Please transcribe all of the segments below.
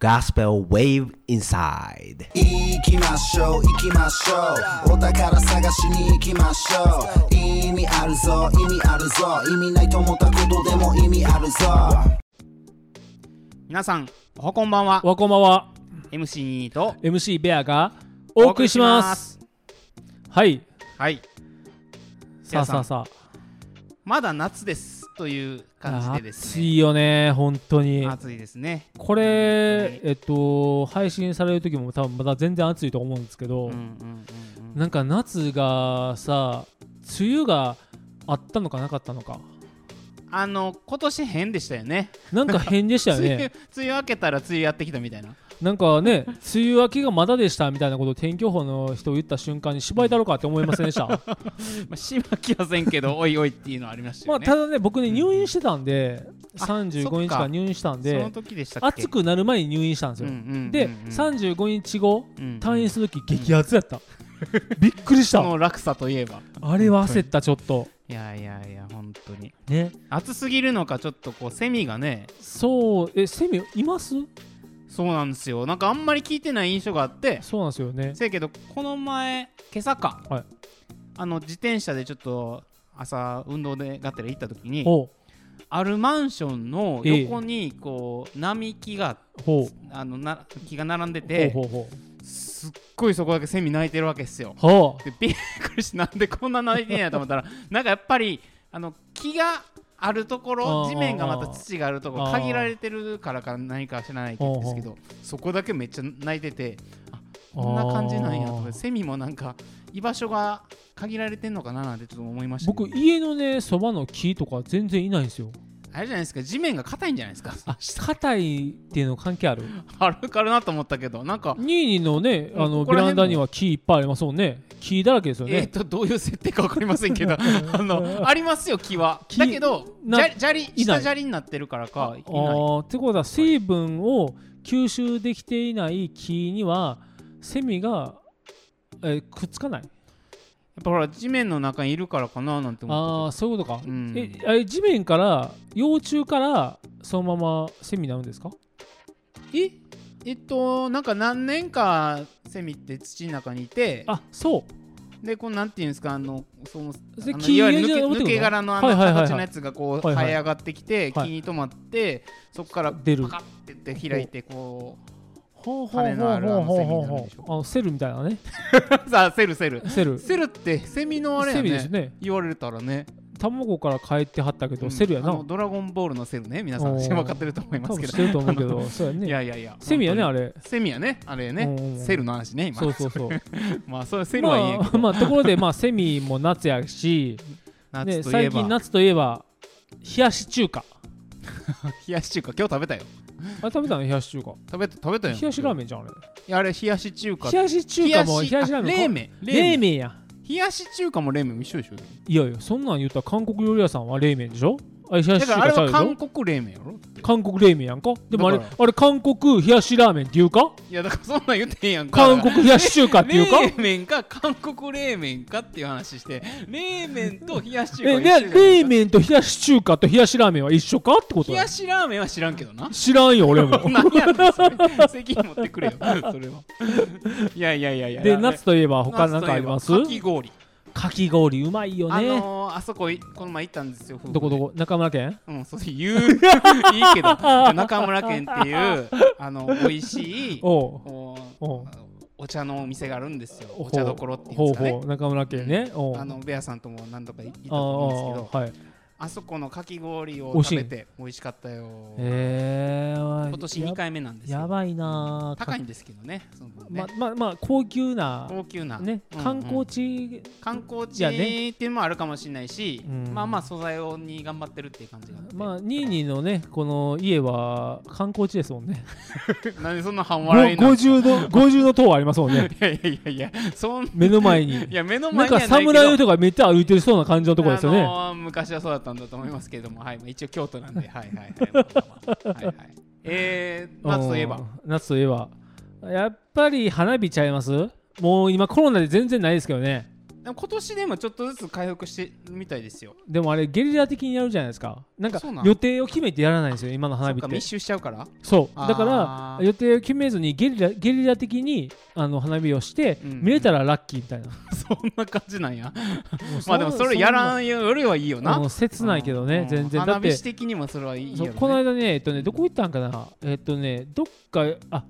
Gospel Wave Inside 行きましょう行きましょうお宝探しに行きましょう意味あるぞ意味あるぞ意味ないと思ったことでも意味あるぞ皆さんおはこんばんは。 おはこんばんは。 MC と MC ベアがお送りします。はい。 はい。 さあさあさあ、 まだ夏ですという感じでですね。 暑いよね、本当に。 暑いですね。 これ配信される時も多分まだ全然暑いと思うんですけど、なんか夏がさ、梅雨があったのかなかったのか。 今年変でしたよね。 なんか変でしたよね。 梅雨明けたら梅雨やってきたみたいな。 なんかね、梅雨明けがまだでしたみたいなことを天気予報の人を言った瞬間に芝居だろうかって思いませんでした？ しばきませんけど、おいおいっていうのはありましたよね。 ただね、僕ね、入院してたんで、35日間入院したんで、 その時でしたっけ？ 暑くなる前に入院したんですよ。で、35日後、退院する時激アツやった。びっくりした。 その落差といえば。 あれは焦った、ちょっと。 いや本当にね、 暑すぎるのかちょっとこうセミがね。 そう、セミいます？ そうなんですよ。なんかあんまり聞いてない印象があって。 そうなんですよね。 せやけどこの前今朝か、 はい、 自転車でちょっと朝運動でがてら行った時に、あるマンションの横にこう並木が木が並んでて、すっごいそこだけセミ鳴いてるわけですよ。でびっくりして、なんでこんな鳴いてんやと思ったらなんかやっぱり木があるところ、地面がまた土があるところ限られてるからか何か知らないんですけど、そこだけめっちゃ鳴いてて、こんな感じなんやとか、セミもなんか居場所が限られてんのかななんてちょっと思いました。 僕家のねそばの木とか全然いないんですよ。 あれじゃないですか、地面が硬いんじゃないですか。 硬いっていうの関係ある？ あるかなと思ったけど、なんかニーニのねベランダには木いっぱいありますもんね。木だらけですよね。 どういう設定か分かりませんけどありますよ、木は。だけど下砂利になってるからかいない。 ってことは水分を吸収できていない木にはセミがくっつかない。 やっぱほら地面の中にいるからかななんて思って。 そういうことか。地面から幼虫からそのままセミになるんですか？ なんか何年かセミって土の中にいて、 そうでこうなんていうんですか、いわ木ゆる抜け殻の形のやつがこう生え上がってきて、木に止まって、そこからパカッて開いてこう羽のあるセミになるんでしょ。 セルみたいなね。 さあセルってセミのあれやね。 セミですね。 言われたらね。 卵から帰ってはったけど、セルやな。 ドラゴンボールのセルね、皆さん分かってると思いますけど。 知ってると思うけど、そうやね。 いやセミやね、あれ。 セミやね、あれね。セルの話ね、今。 そうまあそれセルはいいけど。ところでセミも夏やし、最近夏といえば冷やし中華。 冷やし中華今日食べたよ。 食べたの？冷やし中華食べたよ。 冷やしラーメンじゃんあれ。 いや、あれ冷やし中華。 冷やし中華も冷やしラーメン。冷麺や。 冷やし中華も冷麺も一緒でしょ。 いやそんなん言ったら韓国料理屋さんは冷麺でしょ。 だからあれは韓国冷麺やろ。 韓国冷麺やんか。でもあれ韓国冷やしラーメンって言うか？ いやだからそんなん言ってへんやんか。 韓国冷やし中華って言うか？ 冷麺か韓国冷麺かっていう話して、冷麺と冷やし中華冷麺と冷やし中華と冷やしラーメンは一緒かってこと？ 冷やしラーメンは知らんけどな。 知らんよ俺も。 何やねんそれ。責任持ってくれよそれは。いやで夏といえば他何かあります？かき氷うまいよね。 あそここの前行ったんですよ。 どこ中村県？ そう言ういいけど中村県っていう美味しいお茶のお店があるんですよ。お茶どころっていうんですかね。 中村県ね。 ベアさんとも何度か行ったと思うんですけど、あそこのかき氷を食べて美味しかったよ。今年2回目なんですよ。 やばいな。 高いんですけどね。 まあ高級なね、観光地っていうのもあるかもしれないし、まあ素材に頑張ってるっていう感じがあって。 ニーニーのねこの家は観光地ですもんね。 なんでそんな半笑いな 50の塔ありますもんね。 いや目の前に。 いや目の前になんか侍の人がめっちゃ歩いてるそうな感じのところですよね。 昔はそうだったんだと思いますけれども、一応京都なんで、夏といえばやっぱり花火ちゃいます？もう今コロナで全然ないですけどね。 でも今年でもちょっとずつ回復してるみたいですよ。 でもあれゲリラ的にやるじゃないですか。なんか予定を決めてやらないんですよ今の花火って。 そうか密集しちゃうから。 そうだから予定を決めずにゲリラ的に花火をして、見れたらラッキーみたいなそんな感じなんやまあでもそれやらんよりはいいよな。 もう切ないけどね、全然。 花火師的にもそれはいいよね。 この間ねどこ行ったんかな、どっか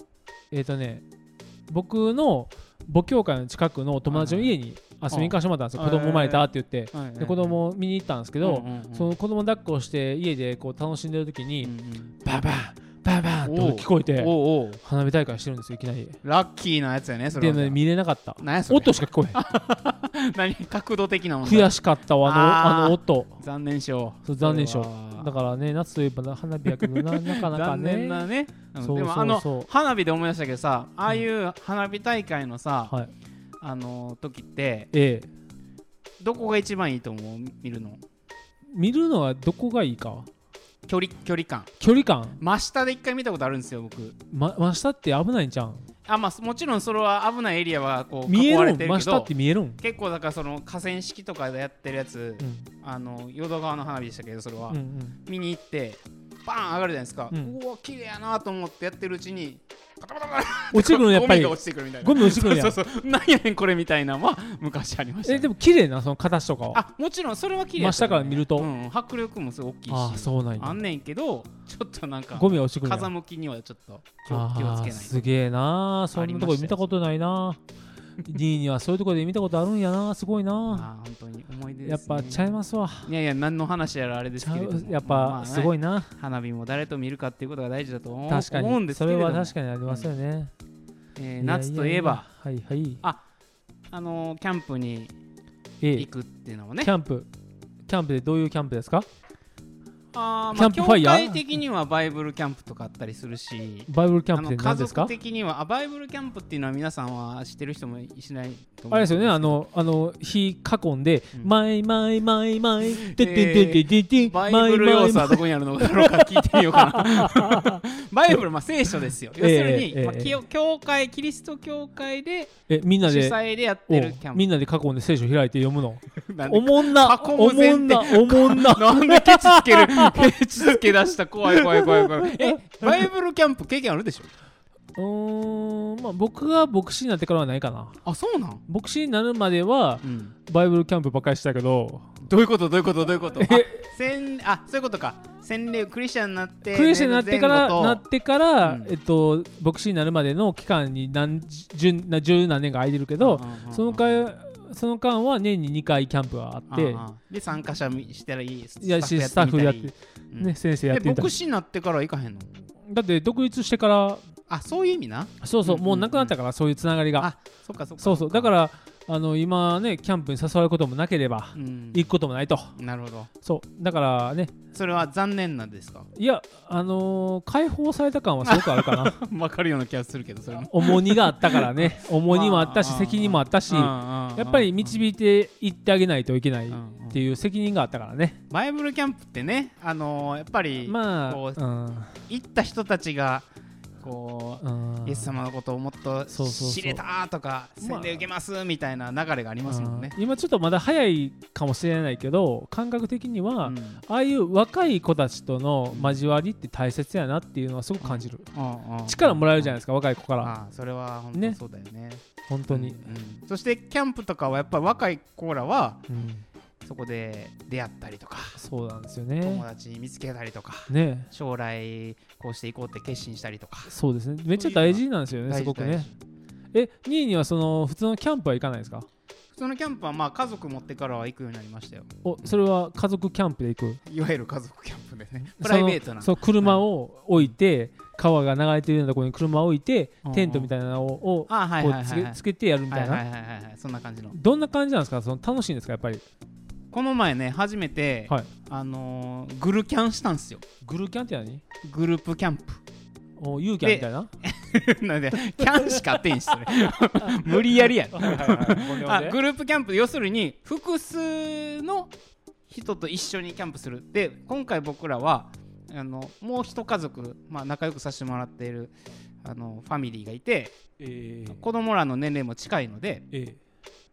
僕の母教会の近くの友達の家に遊びに行かせてもらったんですよ。子供生まれたって言って、で子供を見に行ったんですけど、その子供抱っこして家でこう楽しんでる時に、ババンババンって聞こえて、花火大会してるんですよいきなり。 ラッキーなやつやねそれは。 でも見れなかった。音しか聞こえへん何角度的なもん。 悔しかったわ音。 残念賞。 そう残念賞だからね。夏といえば花火やけどなかなかね。 残念なね。でも花火で思い出したけどさ、ああいう花火大会のさ、時ってどこが一番いいと思う？見るのはどこがいいか。 距離感。真下で一回見たことあるんですよ僕。 真下って危ないんじゃん。 まあもちろんそれは危ないエリアはこう囲われてるけど、 真下って見えるん。 結構だからその河川敷とかでやってるやつ、淀川の花火でしたけどそれは、見に行ってバーン上がるじゃないですか。うわ綺麗やなと思ってやってるうちにパタパタパタ落ちてくるのやっぱり。 ゴミが落ちてくるみたいな。 ゴミ落ちてくるんや。 そうなんやねんこれみたいなのは昔ありました。 でも綺麗なその形とかは。 もちろんそれは綺麗。 真下から見ると。 迫力もすごい大きいし。 そうなんや。 あんねんけどちょっとなんかゴミ落ちてくる。 風向きにはちょっと気をつけないと。 すげえな。そんなとこ見たことないな。D にはそういうところで見たことあるんやな。すごいな。 本当に思い出ですね。 やっぱちゃいますわ。 いや何の話やらあれですけれども、 やっぱすごいな。 花火も誰と見るかっていうことが大事だと思うんですけれども。 それは確かにありますよね。 夏といえばキャンプに行くっていうのもね。 キャンプでどういうキャンプですか？ キャンプファイヤー？教会的にはバイブルキャンプとかあったりするし、 バイブルキャンプって何ですか？ 家族的にはバイブルキャンプっていうのは皆さんは知ってる人もしないと思う。 あれですよね。火囲んで、マイマイマイマイてってってってってバイブル要素はどこにあるのだろうか聞いてみようかな。バイブル聖書ですよ。要するに教会キリスト教会でみんなで主催でやってるキャンプ。 みんなで囲んで聖書開いて読むの。 おもんな。なんでケチつける？ケチつけ出した。怖い。バイブルキャンプ経験あるでしょ？ 僕が牧師になってからはないかな。 そうなん？ 牧師になるまではバイブルキャンプばっかりしたけど。 どういうこと？そういうことか。洗礼クリスチャンになってから牧師になるまでの期間に十何年が空いてるけど、その間は年に2回キャンプがあってで参加者したらいい。 スタッフやって先生やってみたり。 牧師になってからは行かへんの？ だって独立してからそういう意味な。 そうもうなくなったからそういうつながりが。そうだから今ねキャンプに誘われることもなければ行くこともないと。 なるほど。 そうだからね。 それは残念なんですか？ いや解放された感はすごくあるかな。 分かるような気がするけど、それも重荷があったからね。重荷もあったし責任もあったし、やっぱり導いていってあげないといけないっていう責任があったからね。 バイブルキャンプってね、やっぱり行った人たちがイエス様のことをもっと知れたとか洗礼受けますみたいな流れがありますもんね。 今ちょっとまだ早いかもしれないけど、感覚的にはああいう若い子たちとの交わりって大切やなっていうのはすごく感じる。力もらえるじゃないですか、若い子から。 それは本当そうだよね。 本当に。 そしてキャンプとかはやっぱり若い子らはそこで出会ったりとか、 そうなんですよね。 友達見つけたりとか、将来こうしていこうって決心したりとか。 そうですね。めっちゃ大事なんですよね、すごくね。2位にはその普通のキャンプは行かないですか？ 普通のキャンプは家族持ってからは行くようになりましたよ。 それは家族キャンプで行く？ いわゆる家族キャンプでね。プライベートな。 そう車を置いて、川が流れているようなところに車を置いて、テントみたいなのをつけてやるみたいな。 そんな感じの。 どんな感じなんですか？楽しいんですかやっぱり？ この前ね初めて、グルキャンしたんですよ。 グルキャンって何？ グループキャンプ。 ユーキャンみたいな。 なんでキャンしかってんしそれ無理やりやん。グループキャンプ、要するに複数の人と一緒にキャンプする。で今回僕らはもう一家族、仲良くさせてもらっているファミリーがいて、子供らの年齢も近いので、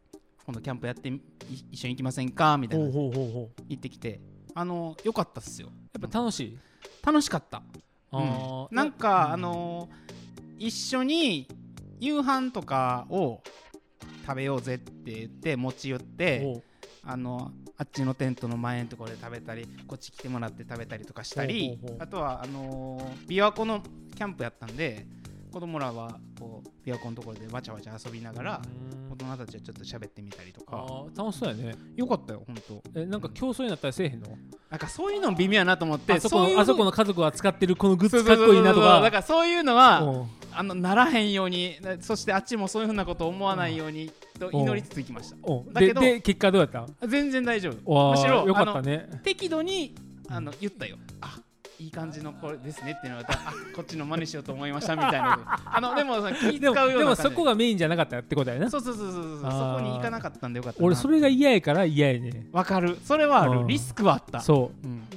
今度キャンプやって一緒に行きませんかみたいな言ってきてよかったっすよ。 やっぱ楽しい？ 楽しかった。なんか一緒に夕飯とかを食べようぜって言って持ち寄ってあっちのテントの前のところで食べたりこっち来てもらって食べたりとかしたり、あとは琵琶湖のキャンプやったんで子供らはこう琵琶湖のところでわちゃわちゃ遊びながら大人たちはちょっと喋ってみたりとか。 楽しそうやね。 よかったよほんと。 なんか競争になったりせえへんの？ なんかそういうの微妙やなと思って、 あそこの家族が使ってるこのグッズかっこいいなとか、 だからそういうのはならへんように、そしてあっちもそういうふうなことを思わないようにと祈りつついきました。だけどで結果どうやった？ 全然大丈夫。むしろよかったね。 適度に言ったよ。いい感じのこれですねっていうのはこっちの真似しようと思いましたみたいなでも気使うような感じでもそこがメインじゃなかったってことやな。 そうそこに行かなかったんでよかったな。 俺それが嫌やから嫌やね。 わかる。それはある。リスクはあった。 そう、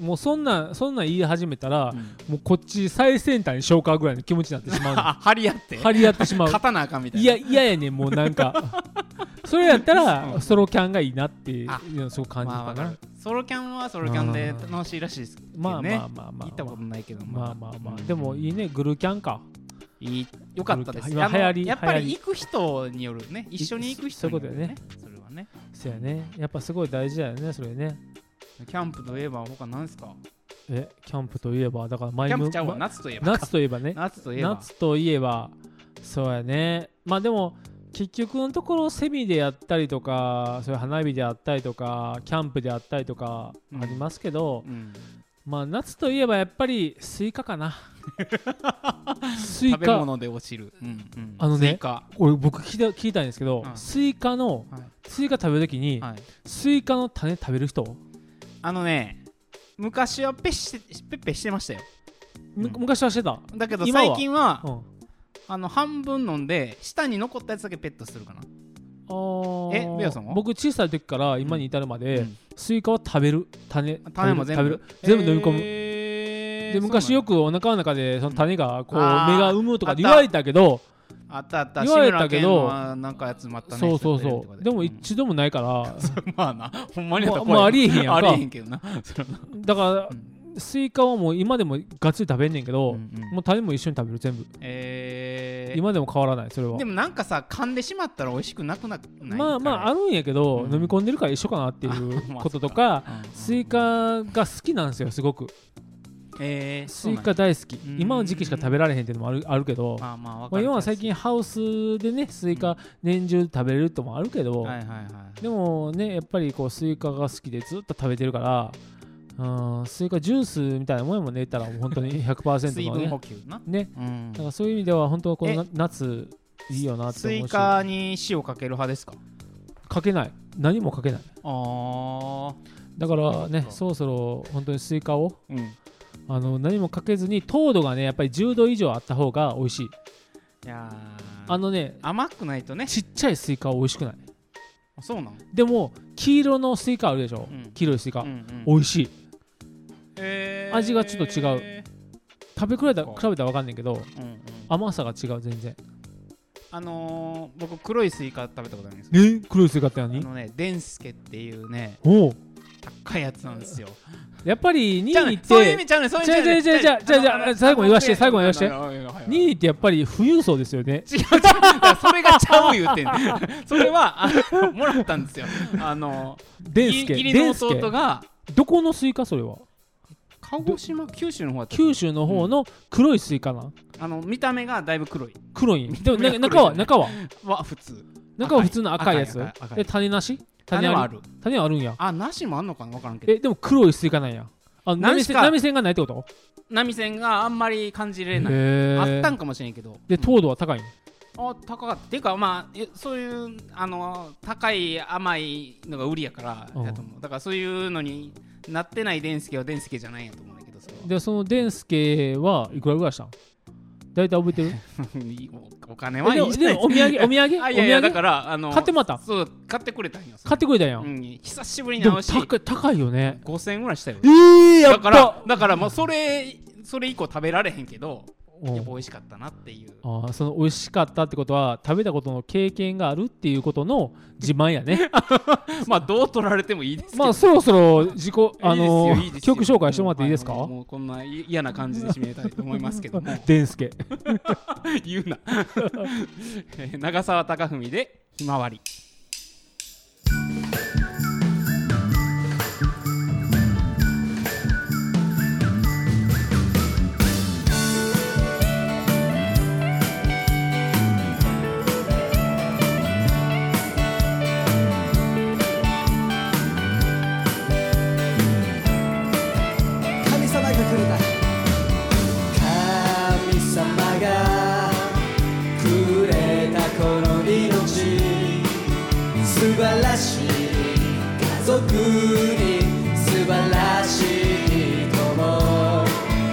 もうそんなん言い始めたら、もうこっち最先端に消化ぐらいの気持ちになってしまう張り合ってしまう勝たなあかんみたいな。 嫌やねんもうなんかそれやったらソロキャンがいいなっていうのすごく感じるかな。 ソロキャンはソロキャンで楽しいらしいですけどね。行ったことないけどでもいいね。グルキャンか。 よかったです。やっぱり行く人によるね。一緒に行く人によるね。それはね。 そうやね。やっぱすごい大事だよねそれね。 キャンプといえば他何ですか？ キャンプといえばだからキャンプちゃうわ。夏といえばね。 夏といえばそうやね。まあでも結局のところセミであったりとかそういう花火であったりとかキャンプであったりとかありますけど、まあ夏といえばやっぱりスイカかな。 スイカ食べ物で落ちる、 ね、俺僕聞いたんですけど、スイカ食べるときに、スイカの種食べる人昔はペッペしてましたよ。 昔はしてた。 だけど最近は半分飲んで下に残ったやつだけペットするかな。ベアさんは？僕小さい時から今に至るまで、スイカは食べる。種も全部飲み込む。で昔よくお腹の中でその種がこう芽が生むとか言われたけど、 言われたけどなんかやつまったね。 そうでも一度もないからまあなほんまにやったらもうありえへんやんか。 ありえへんけどな。 だからスイカはもう今でもがっつり食べんねんけど、もう種も一緒に食べる全部。今でも変わらないそれは。 でもなんかさ噛んでしまったら美味しくなくない？ まああるんやけど、飲み込んでるから一緒かなっていうこととか、スイカが好きなんですよすごく。スイカ大好き。今の時期しか食べられへんっていうのもあるけど、今は最近ハウスでねスイカ年中食べれるともあるけど、でもねやっぱりこうスイカが好きでずっと食べてるから、スイカジュースみたいなもんやもんね言ったらもう本当に 100% のね水分補給なね、だからそういう意味では本当はこの夏いいよなって思うし。 スイカに塩かける派ですか？ かけない。何もかけない。だからねそろそろ本当にスイカを、何もかけずに糖度がねやっぱり10度以上あった方が美味しい。 いや甘くないとね。 ちっちゃいスイカは美味しくない。 そうなの？ でも黄色のスイカあるでしょ、黄色いスイカ、美味しい。味がちょっと違う。食べ比べたら分かんないけど、甘さが違う全然。 僕黒いスイカ食べたことあるんですけど。黒いスイカって何？ デンスケっていうね高いやつなんですよ。 やっぱり2位ってそういう意味ちゃうね。そういう意味じゃあ最後に言わして2位ってやっぱり富裕層ですよね。 違うそれがちゃう言うてんそれはもらったんですよ。 デンスケ。 義理の弟が。 どこのスイカそれは？ 鹿児島九州の方だった。 九州の方の黒いスイカな。 見た目がだいぶ黒いでも中は普通。 中は普通の赤いやつ。種なし？ 種はある。 種はあるんや。 なしもあんのかな分からんけど。 でも黒いスイカなんや。波線がないってこと？ 波線があんまり感じれない。あったんかもしれんけど。 で糖度は高い？ 高かったっていうかそういう高い甘いのが売りやからやと思う。だからそういうのになってないデンスケはデンスケじゃないんやと思うんだけど。 でそのデンスケはいくらぐらいしたん？大体覚えてる？ お金はいいでもお土産いやだから買ってもらった？ そう買ってくれたんよ。久しぶりに会うし高いよね。 5000円ぐらいしたよ。 やっぱだからもうそれ以降食べられへんけどやっぱ美味しかったなっていう。 その美味しかったってことは食べたことの経験があるっていうことの自慢やねまあどう取られてもいいですけど、 まあそろそろ自己曲紹介してもらっていいですか。 もうこんな嫌な感じで締めたいと思いますけどもデンスケ言うな長澤貴文でひまわり。 素晴らしい家族に素晴らしい友、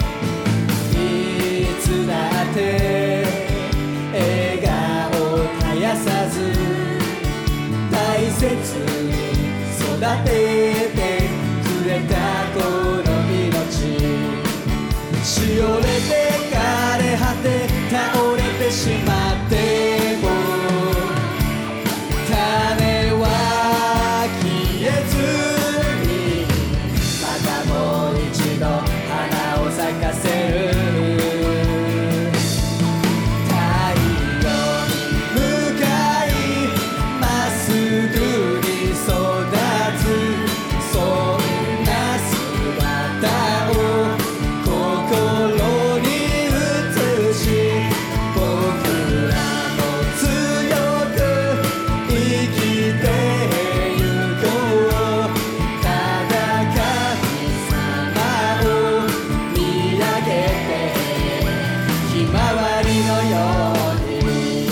いつだって笑顔絶やさず大切に育ててくれたこの命、しおれて枯れ果て倒れてしまっても種は消えずにまたもう一度花を咲かせる、太陽に向かいまっすぐに育つそんな姿を心に映し、僕らも強く生きてゆこう、ただ神様を見上げてひまわりのように、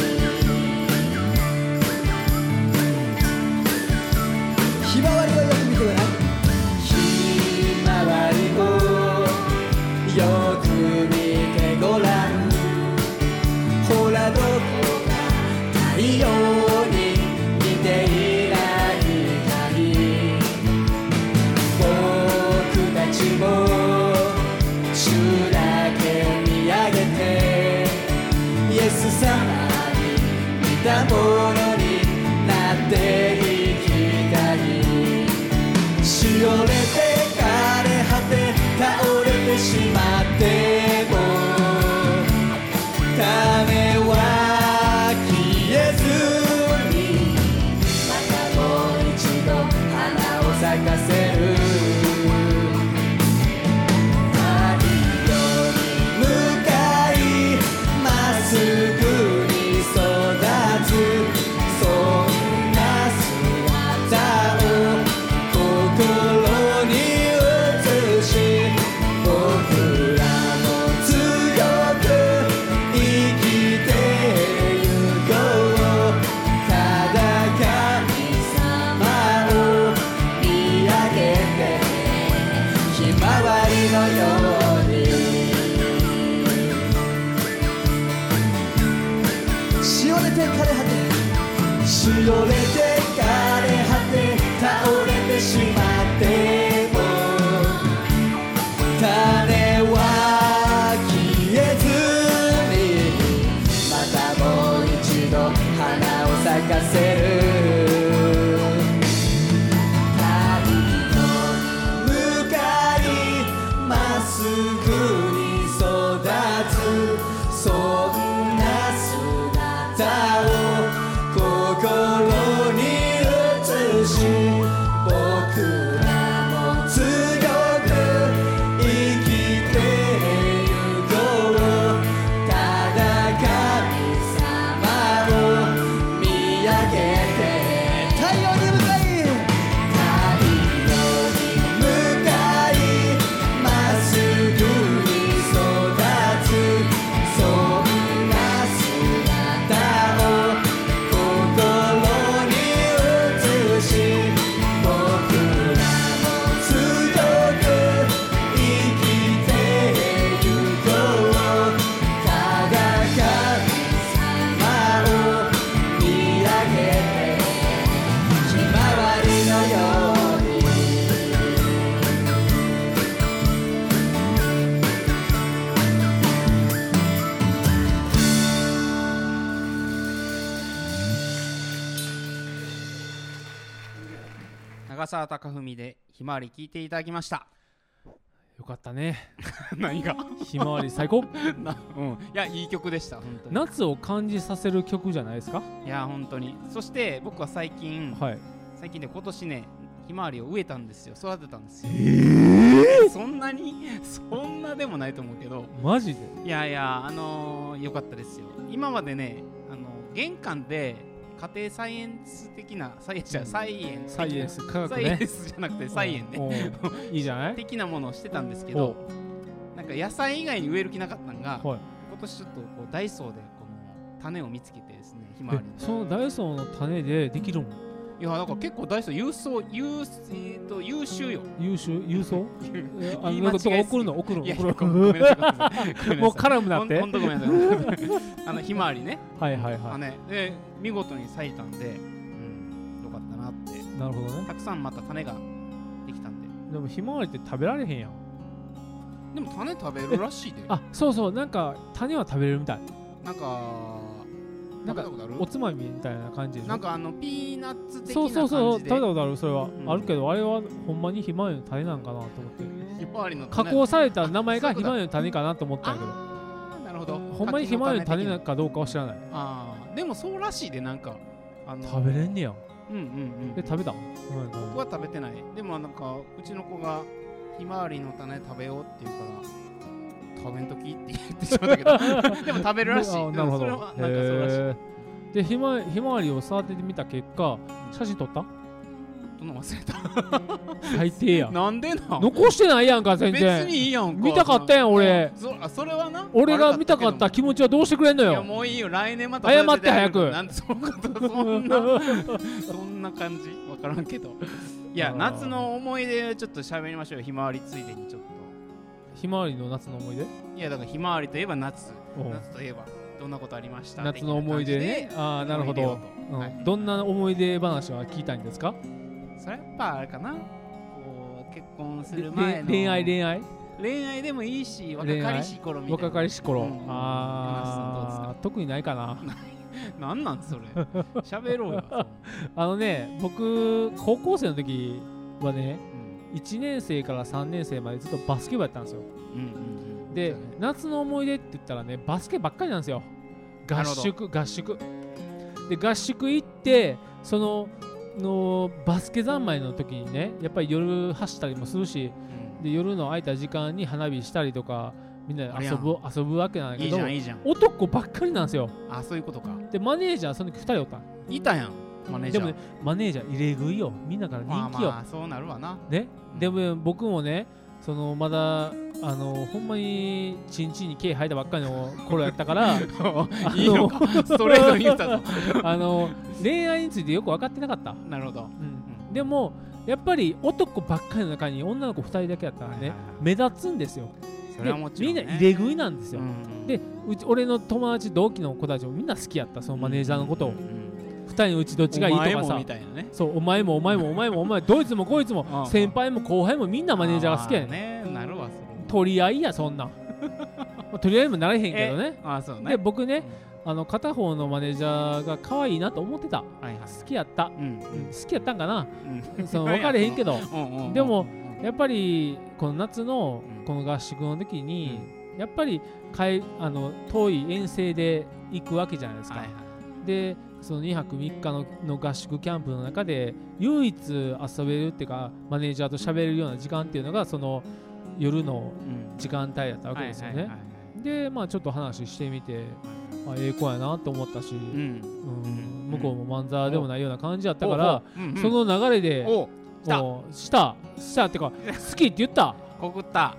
ひまわりをよく見てごらん、ひまわりをよく見てごらん、ほらどこか太陽に似ていないかい、僕たちも主だけ見上げてイエス様に似たものになっていきたい、しおれて枯れ果て倒れてしまっても種は消えずにまたもう一度花を咲かせる、太陽に向かいまっすぐに育つそんな姿を心に映し、僕らも強く生きてゆこう、ただ神様を見上げてひまわりのように、しおれて枯れ果てしおれて枯れ果て倒れてしまっても種は消えずにまたもう一度花を咲かせる、太陽に向かいまっすぐに育つそんな姿を心に映し、僕らも強く生きてゆこう、ただ神様を見上げて太陽に向かい太陽に向かいまっすぐに育つそんな姿を長澤貴文でひまわり聞いていただきました。 よかったね。 何がひまわり最高。いやいい曲でした。本当に夏を感じさせる曲じゃないですか。 いや本当に。そして僕は最近で今年ねひまわりを植えたんですよ。育てたんですよ。そんなでもないと思うけど。 マジで。 いやよかったですよ。今までね玄関で家庭サイエンス的なサイエンス科学ね。 サイエンスじゃなくてサイエンね。 いいじゃない的なものをしてたんですけど、なんか野菜以外に植える気なかったのが、今年ちょっとこうダイソーでこの種を見つけてですね、ひまわりの。 そのダイソーの種でできるもん。 いやだから結構ダイソー優秀よ。 優秀？送る。もう絡むなって。 本当ごめんなさい。ひまわりね。 はい。 で見事に咲いたんで、よかったなって。 なるほどね。 たくさんまた種ができたんで。 でもひまわりって食べられへんやん。 でも種食べるらしいで。 あ、そうなんか種は食べれるみたい。 なんかおつまみみたいな感じでしょ。 なんかピーナッツ的な感じで。 そう食べたことある。それはあるけど、あれはほんまにひまわりの種なんかなと思って。 ひまわりの加工された名前がひまわりの種かなと思ったんやけど。 なるほど。 ほんまにひまわりの種かどうかは知らない。 でもそうらしいで。なんか食べれんねや。で食べた？ 僕は食べてない。でもなんかうちの子がひまわりの種食べようって言うから食べんときって言ってしまったけどでも食べるらしい。 なるほど。 それはなんかそうらしい。 でひまわりを育ててみた結果、写真撮った？ どんな忘れた。 最低や。 なんでな。 残してないやんか全然。 別にいいやんか。 見たかったやん俺。 それはな。 俺が見たかった気持ちはどうしてくれんのよ。 いやもういいよ。来年また謝って早く。 なんでそんな感じわからんけど。いや夏の思い出ちょっと喋りましょうよ。ひまわりついでにちょっと。 ひまわりの夏の思い出？ いやだからひまわりといえば夏といえばどんなことありました？ 夏の思い出ね。なるほど。どんな思い出話は聞いたんですか？ それやっぱあれかな。こう結婚する前の恋愛でもいいし、若かりし頃みたいな。 若かりし頃。特にないかな。 なんそれ。喋ろうよ。 僕高校生の時はね、1年生から3年生までずっとバスケ部やったんですよ。で夏の思い出って言ったらね、バスケばっかりなんですよ。合宿で合宿行って、そのバスケ三昧の時にね、やっぱり夜走ったりもするし、で夜の空いた時間に花火したりとかみんなで遊ぶわけなんだけど、 いいじゃん男ばっかりなんですよ。 そういうことか。 でマネージャーその時2人おったん。 いたやんマネージャー。 でもね、マネージャー入れ食いよ。みんなから人気よ。 そうなるわな。 ね、でも僕もね、まだほんまにチンチンに毛生えたばっかりの頃やったからいいのかストレートに言ったぞ恋愛についてよく分かってなかった。 なるほど。 でもやっぱり男ばっかりの中に女の子2人だけやったらね、目立つんですよ。でみんな入れ食いなんですよ。で俺の友達同期の子たちもみんな好きやった、そのマネージャーのことを。2人のうちどっちがいいとかさ、そうお前もどいつもこいつも先輩も後輩もみんなマネージャーが好きやねん。取り合いやそんな取り合いもなれへんけどね。で僕ね、片方のマネージャーが可愛いなと思ってた。好きやった。好きやったんかな。分かれへんけど。でもやっぱりこの夏のこの合宿の時にやっぱり遠い遠征で行くわけじゃないですか。でその2泊3日の合宿キャンプの中で唯一遊べるっていうか、マネージャーと喋れるような時間っていうのがその夜の時間帯だったわけですよね。でちょっと話してみて、ええ子やなと思ったし、向こうもまんざでもないような感じだったから、その流れでしたってか好きって言った。 告った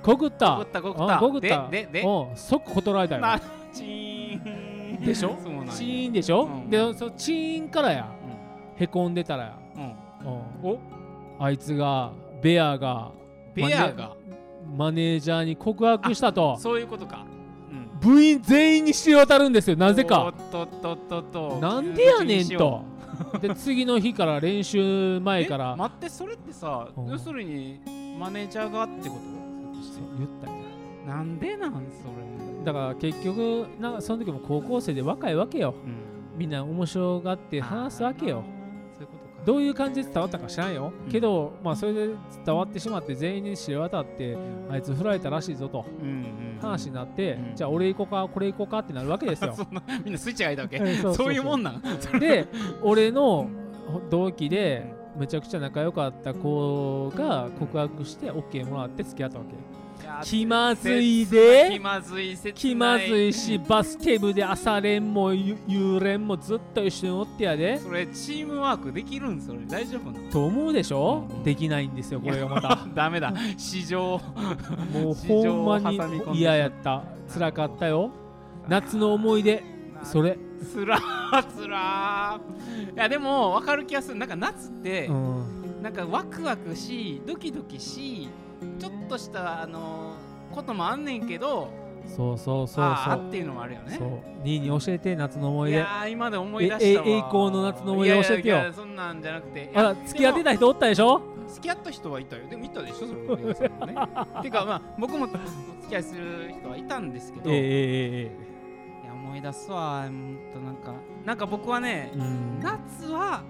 で即断られたよ。 チーンでしょ。チーンでしょ。でそのチーンからや、へこんでたらや、あいつがベアがマネージャーに告白したと。 そういうことか。 部員全員に知れ渡るんですよ。なぜか。なんでやねんと。で次の日から練習前から待って、それってさ、要するにマネージャーがってこと？ 言ったよ。 なんでなんそれ。 だから結局その時も高校生で若いわけよ。みんな面白がって話すわけよ。 そういうことか。 どういう感じで伝わったか知らんよ、けどまあそれで伝わってしまって全員に知れ渡ってあいつ振られたらしいぞと話になって、じゃあ俺行こうかこれ行こうかってなるわけですよみんなスイッチが入ったわけそういうもんなんで俺の同期でめちゃくちゃ仲良かった子が告白して OK もらって付き合ったわけ。気まずいで気まずいし、バスケ部で朝練も夕練もずっと一緒におってやで。 それチームワークできるんそれ大丈夫なのと思うでしょ、できないんですよこれがまたダメだ市場もうほんまに嫌やった、辛かったよ夏の思い出それつらいやでも分かる気がする。なんか夏って、なんかワクワクしドキドキしちょっとしたこともあんねんけど、 そうあっていうのもあるよね。 そうニーに教えて夏の思い出。 いや今で思い出したわ。 栄光の夏の思い出教えてよ。 いやそんなんじゃなくて、 あら付き合ってた人おったでしょ。 付き合った人はいたよ。でもいたでしょそれもねてかまあ僕もお付き合いする人はいたんですけど、いや思い出すわ。なんか僕はね、夏は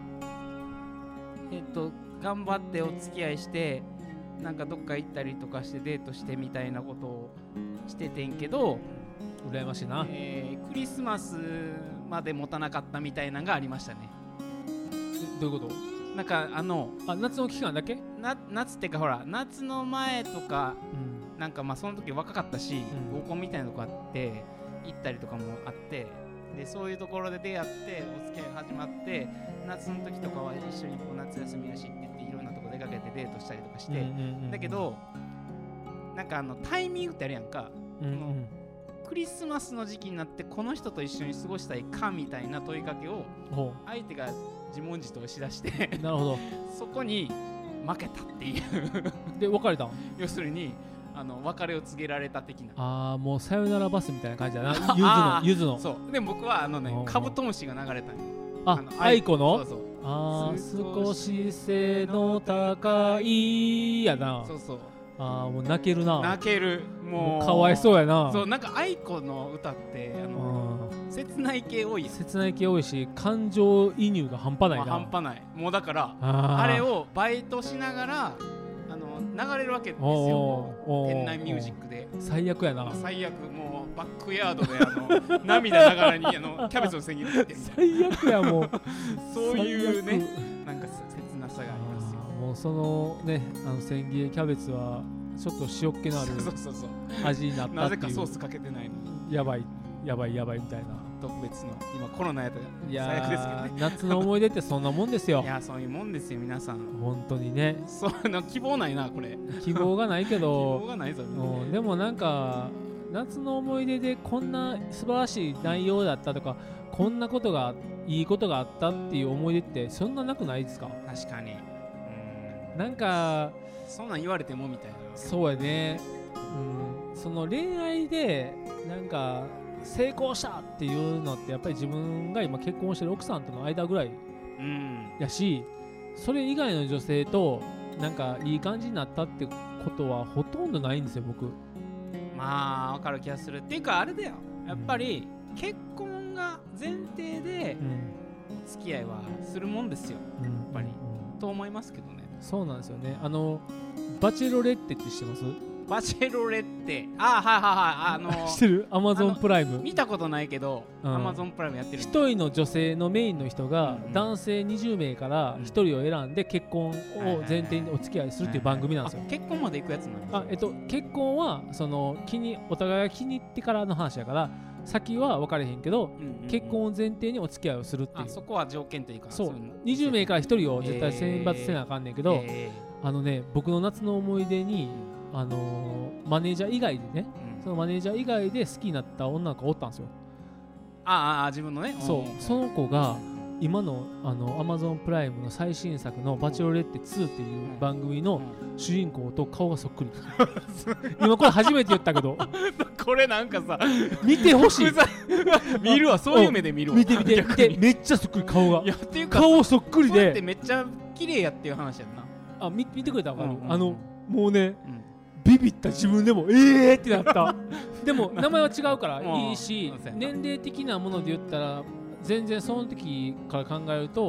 頑張ってお付き合いしてなんかどっか行ったりとかしてデートしてみたいなことをしててんけど、 羨ましいな。 クリスマスまで持たなかったみたいなのがありましたね。 どういうこと？ なんか夏の期間だけ？ 夏ってかほら夏の前とか、なんかまあその時若かったし、合コンみたいなとこあって行ったりとかもあって、でそういうところで出会ってお付き合いが始まって、夏の時とかは一緒にこう夏休みやしって言っていろんなとこ出かけてデートしたりとかして、だけどなんかタイミングってあるやんか、クリスマスの時期になってこの人と一緒に過ごしたいかみたいな問いかけを相手が自問自答しだしてなるほどそこに負けたっていうで別れたん？ 要するに別れを告げられた的な。 もうさよならバスみたいな感じだな。ゆずのそうでも僕はカブトムシが流れたんよ。 愛子のそう少し背の高いやな。 そうもう泣けるな。 泣ける。もうかわいそうやな。 そうなんか愛子の歌って切ない系多い。 切ない系多いし感情移入が半端ないな。 半端ない。もうだからあれをバイトしながら流れるわけですよ。店内ミュージックで。 最悪やな。 最悪。もうバックヤードで涙ながらにキャベツの千切りって最悪やもうそういうねなんか切なさがありますよ。 もうそのね千切りキャベツはちょっと塩っ気のある味になったっていう。 なぜかソースかけてないのにやばいみたいな特別の今コロナやったら最悪ですけどね。 夏の思い出ってそんなもんですよ。 いやそういうもんですよ皆さん。 本当にね。 そう希望ないなこれ。 希望がないけど希望がないぞ。 でもなんか夏の思い出でこんな素晴らしい内容だったとかこんなことがいいことがあったっていう思い出ってそんななくないですか？ 確かに。 なんかそんなん言われてもみたいな。 そうやね。その恋愛でなんか成功したっていうのってやっぱり自分が今結婚してる奥さんとの間ぐらいやし、それ以外の女性となんかいい感じになったってことはほとんどないんですよ僕。 まあ分かる気がするっていうかあれだよやっぱり結婚が前提で付き合いはするもんですよやっぱり、と思いますけどね。 そうなんですよね。バチェロレッテって知ってます？ バチェロレッテはい知ってる？アマゾンプライム見たことないけどアマゾンプライムやってる。 一人の女性のメインの人が男性20名から1人を選んで結婚を前提にお付き合いするっていう番組なんですよ。 結婚まで行くやつなんですか？ 結婚はお互いが気に入ってからの話やから先は分かれへんけど、結婚を前提にお付き合いをするっていう。 そこは条件というか。 そう20名から1人を絶対選抜せなあかんねんけど、僕の夏の思い出にマネージャー以外でね、そのマネージャー以外で好きになった女の子がおったんですよ。 自分のね。 そうその子が今のAmazon プライムの最新作のバチェロレッテ2っていう番組の主人公と顔がそっくり。今これ初めて言ったけどこれなんかさ見てほしい。 見るわそういう目で見るわ。 見てめっちゃそっくり顔が。 いやっていうか顔そっくりで。 これってめっちゃ綺麗やっていう話やんな。 見てくれたら分かる。もうねビビった自分でもってなった。でも名前は違うからいいし年齢的なもので言ったら全然その時から考えると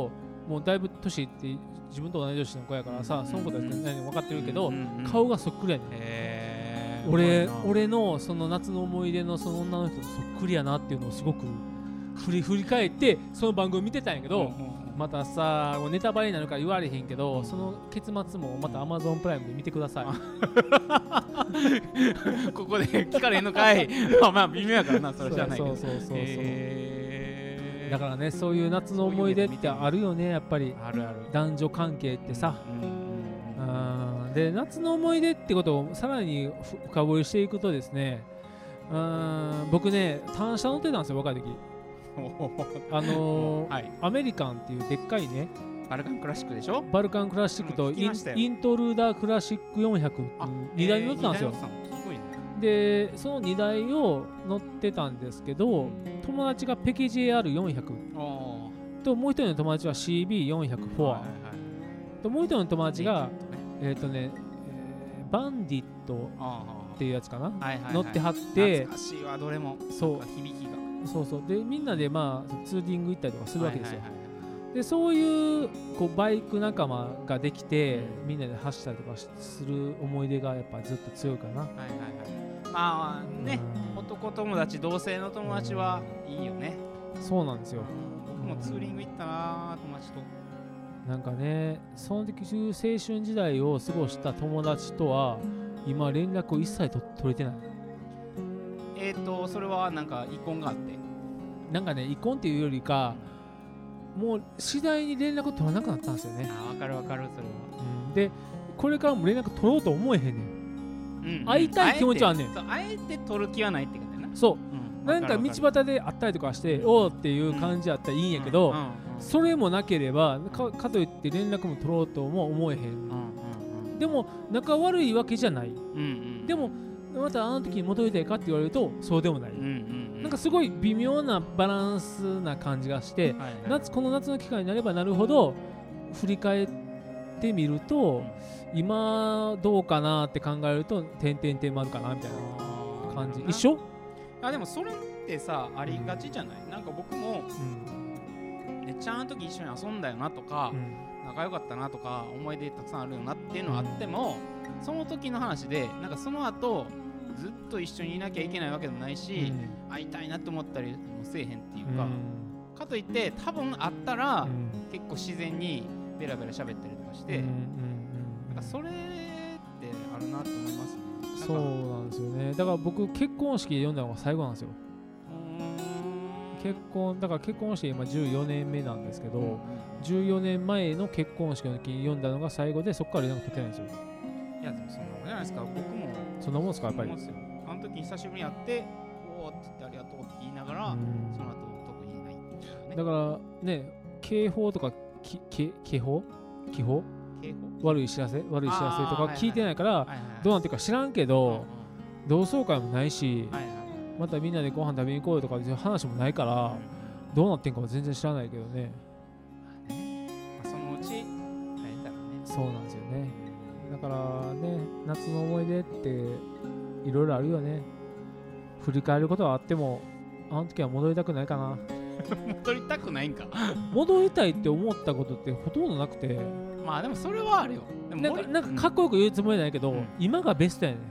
もうだいぶ年いって自分と同い年の子やからさ、その子たち何も分かってるけど、顔がそっくりやねん。俺のその夏の思い出のその女の人とそっくりやなっていうのをすごく振り返ってその番組見てたんやけど、またさネタバレになるから言われへんけど、その結末もまた Amazon プライムで見てください。 ここで聞かれへんのかい。まあ微妙やからな、それじゃないけど。そうだからね、そういう夏の思い出ってあるよね、やっぱり。 あるある。 男女関係ってさ。で夏の思い出ってことをさらに深掘りしていくとですね、僕ね単車乗ってたんですよ、若い時。アメリカンっていうでっかいねバルカンクラシックでしょ。 バルカンクラシックとイントルーダークラシック400っていう2台に乗ってたんですよ。でその2台を乗ってたんですけど、友達がペケ JR400 ともう一人の友達は CB400 フォアともう一人の友達がバンディットっていうやつかな、乗ってはって、 懐かしいわどれも。 そう響きがそうでみんなでまあツーリング行ったりとかするわけですよ。でそういうバイク仲間ができて、みんなで走ったりとかする思い出がやっぱずっと強いかな。 まあね、男友達同性の友達はいいよね。 そうなんですよ。 僕もツーリング行ったな、友達と。 なんかね、その時青春時代を過ごした友達とは今連絡を一切取れてない。 それはなんか遺恨があって、 なんかね、遺恨っていうよりかもう次第に連絡取らなくなったんですよね。 わかるそれは。 でこれからも連絡取ろうと思えへんねん。会いたい気持ちはあんねん。 あえて取る気はないってことやな。 そう、なんか道端で会ったりとかしておーっていう感じやったらいいんやけど、それもなければかといって連絡も取ろうとも思えへん。でも仲悪いわけじゃない。でもまたあの時に戻りたいかって言われるとそうでもない。なんかすごい微妙なバランスな感じがして、この夏の期間になればなるほど振り返ってみると、今どうかなって考えると点々もあるかなみたいな感じ。一緒？ でもそれってさありがちじゃない？なんか僕もめっちゃあの時一緒に遊んだよなとか、仲良かったなとか思い出たくさんあるよなっていうのはあっても、その時の話でなんかその後ずっと一緒にいなきゃいけないわけでもないし、会いたいなと思ったりもせえへんっていうか、かといって多分会ったら結構自然にベラベラ喋ったりとかして、なんかそれってあるなと思いますね。 そうなんですよね。だから僕結婚式で読んだのが最後なんですよ。だから結婚式今14年目なんですけど、14年前の結婚式の時に読んだのが最後で、そこから連絡取ってないんですよ。 いやでもそんなもんじゃないですか。僕もそんなもんですか、やっぱり。 あの時久しぶりに会っておーって言ってありがとうって言いながら、その後特にないっていうね。 だからね、警報とか気泡悪い知らせとか聞いてないからどうなってるか知らんけど、同窓会もないし、またみんなでご飯食べに行こうよとかいう話もないから、どうなってんかは全然知らないけどね。 そのうち会えたらね。 そうなんですよね。だからね、夏の思い出っていろいろあるよね。振り返ることはあっても、あの時は戻りたくないかな。 戻りたくないんか。 戻りたいって思ったことってほとんどなくて。 まあでもそれはあるよ。 なんかかっこよく言うつもりないけど、今がベストやね。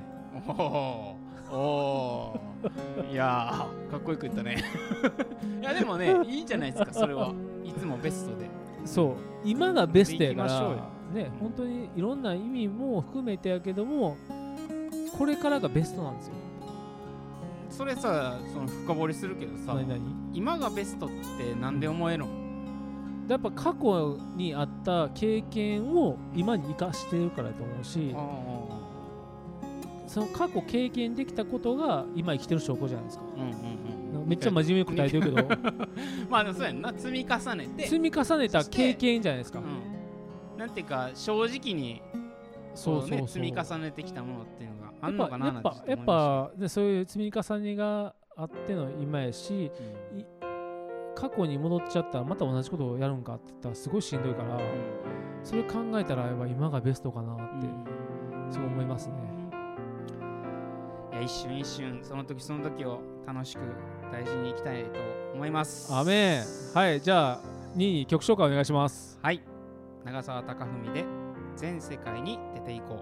いやーかっこよく言ったね。いやでもね、いいじゃないですか。それはいつもベストで。 そう、今がベストやからね、本当にいろんな意味も含めてやけども、これからがベストなんですよ。 それさ、その深掘りするけどさ、今がベストってなんで思えるの？ やっぱ過去にあった経験を今に生かしてるからと思うし、その過去経験できたことが今生きてる証拠じゃないですか。めっちゃ真面目に答えてるけどまあでもそうやんな、積み重ねた経験じゃないですか。 なんていうか正直に積み重ねてきたものっていうのがあんのかな。 やっぱそういう積み重ねがあっての今やし、過去に戻っちゃったらまた同じことをやるんかって言ったらすごいしんどいから、それ考えたらやっぱ今がベストかなってそう思いますね。 いや、一瞬一瞬その時その時を楽しく大事にいきたいと思います。 アメン。はい、じゃあに曲紹介お願いします。 はい、長澤貴文で全世界に出ていこう。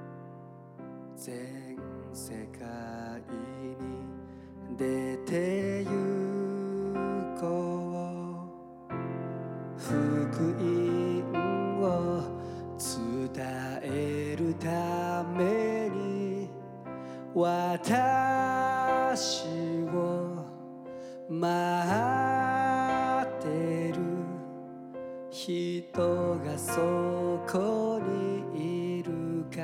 全世界に出て行こう、福音を伝えるために私を待ってる人がそこにいるから。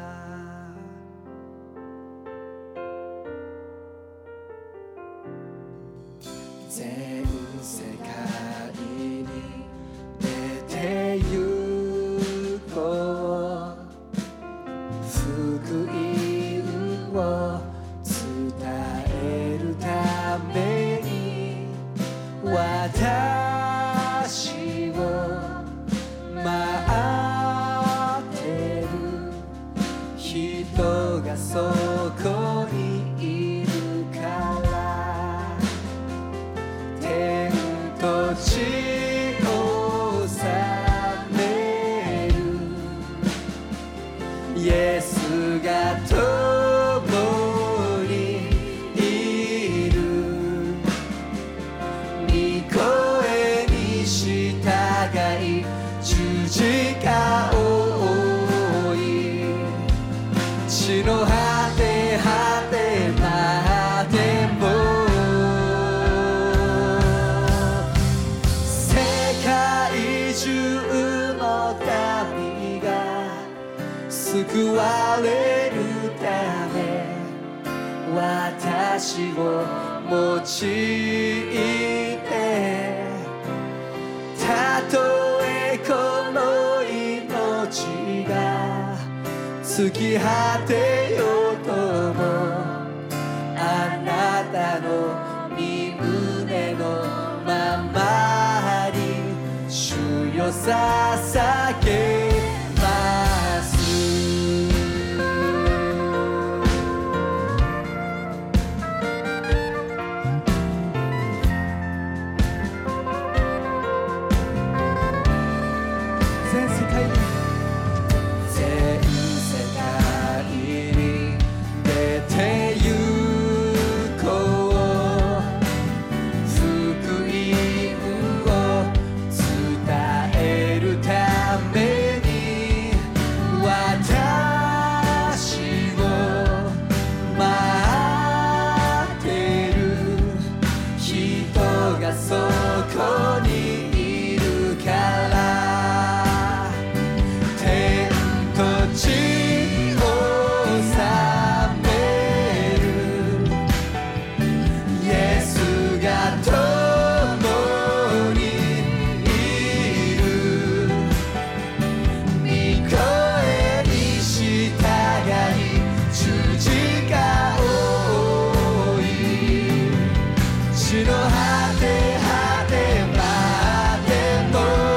全世界に出て行こう、福音を伝えるために私を待ってる人がそこにいるから。天と地を治めるイエスが共にいる、御声に従い十字架を追い、地の果て果てまでも主の民が救われるため、私を用いて、たとえこの命が尽き果てようとも、あなたの御胸のままに主よ捧げます。全世界に出て行こう、福音を伝えるために私を待ってる人がそこにいるから。天と地を治めるイエスが共にいる、御声に従い十字架を追い、地の果て果てまでも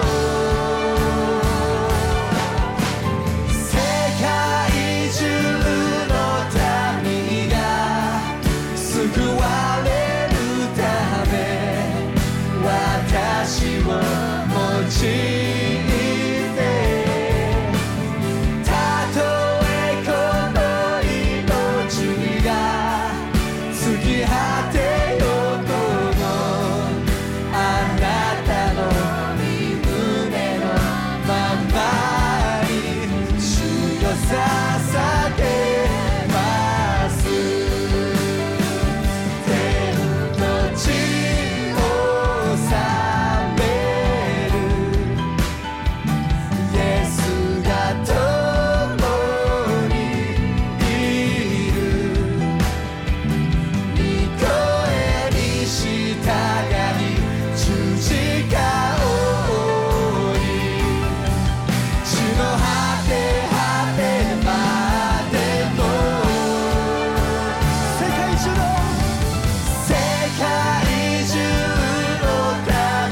世界中の民が救われるため、私を用いて、たとえこの命が尽き果てようとも、あなたの御胸のままに主よ捧げます。天と地を治めるイエスが共にいる、御声に従い十字架を追い、地の果て果てまでも世界中の民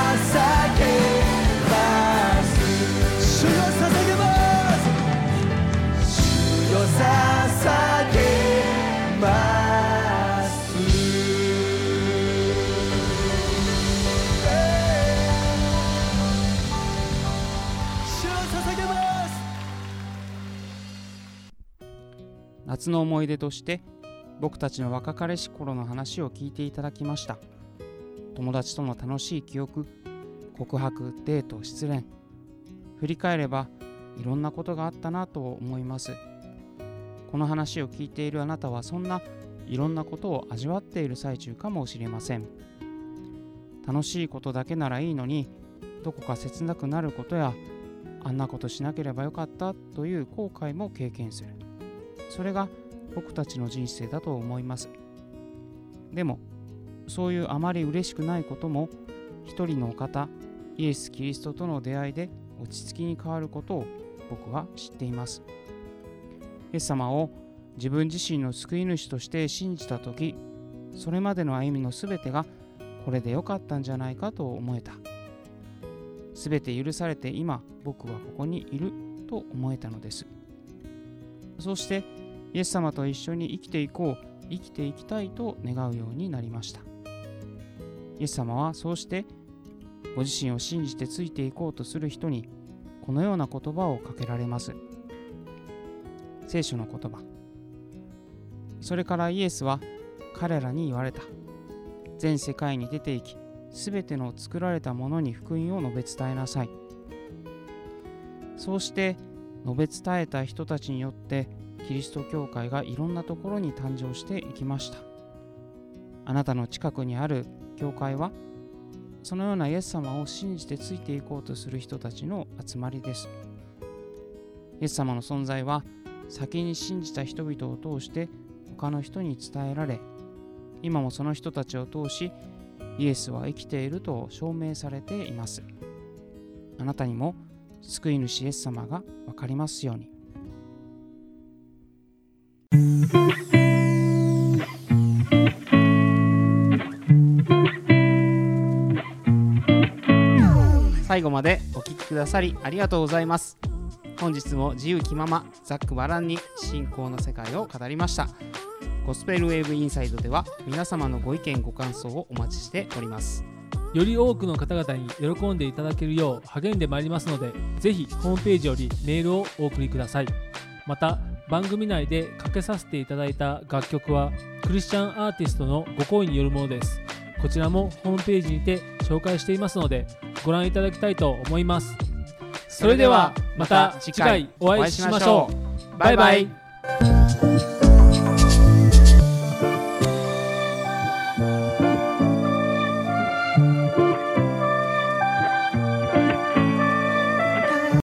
主よ捧げます。主よ捧げます。主よ捧げます。 夏の思い出として僕たちの若かりし頃の話を聞いていただきました。友達との楽しい記憶、告白、デート、失恋、振り返ればいろんなことがあったなと思います。この話を聞いているあなたはそんないろんなことを味わっている最中かもしれません。楽しいことだけならいいのに、どこか切なくなることやあんなことしなければよかったという後悔も経験する。それが僕たちの人生だと思います。でもそういうあまり嬉しくないことも一人のお方、イエス・キリストとの出会いで落ち着きに変わることを僕は知っています。イエス様を自分自身の救い主として信じたとき、それまでの歩みのすべてがこれでよかったんじゃないかと思えた。すべて許されて今僕はここにいると思えたのです。そしてイエス様と一緒に生きていこう、生きていきたいと願うようになりました。イエス様はそうしてご自身を信じてついていこうとする人にこのような言葉をかけられます。聖書の言葉。それからイエスは彼らに言われた。全世界に出て行き、すべての作られたものに福音を述べ伝えなさい。そうして述べ伝えた人たちによってキリスト教会がいろんなところに誕生していきました。あなたの近くにある教会はそのようなイエス様を信じてついていこうとする人たちの集まりです。イエス様の存在は先に信じた人々を通して他の人に伝えられ、今もその人たちを通しイエスは生きていると証明されています。あなたにも救い主イエス様が分かりますように。最後までお聞きくださりありがとうございます。本日も自由気ままざっくばらんに信仰の世界を語りました。ゴスペルウェーブインサイドでは皆様のご意見ご感想をお待ちしております。 より多くの方々に喜んでいただけるよう励んでまいりますので、ぜひホームページよりメールをお送りください。また番組内でかけさせていただいた楽曲はクリスチャンアーティストのご好意によるものです。こちらもホームページにて紹介していますのでご覧いただきたいと思います。それではまた次回お会いしましょう。バイバイ。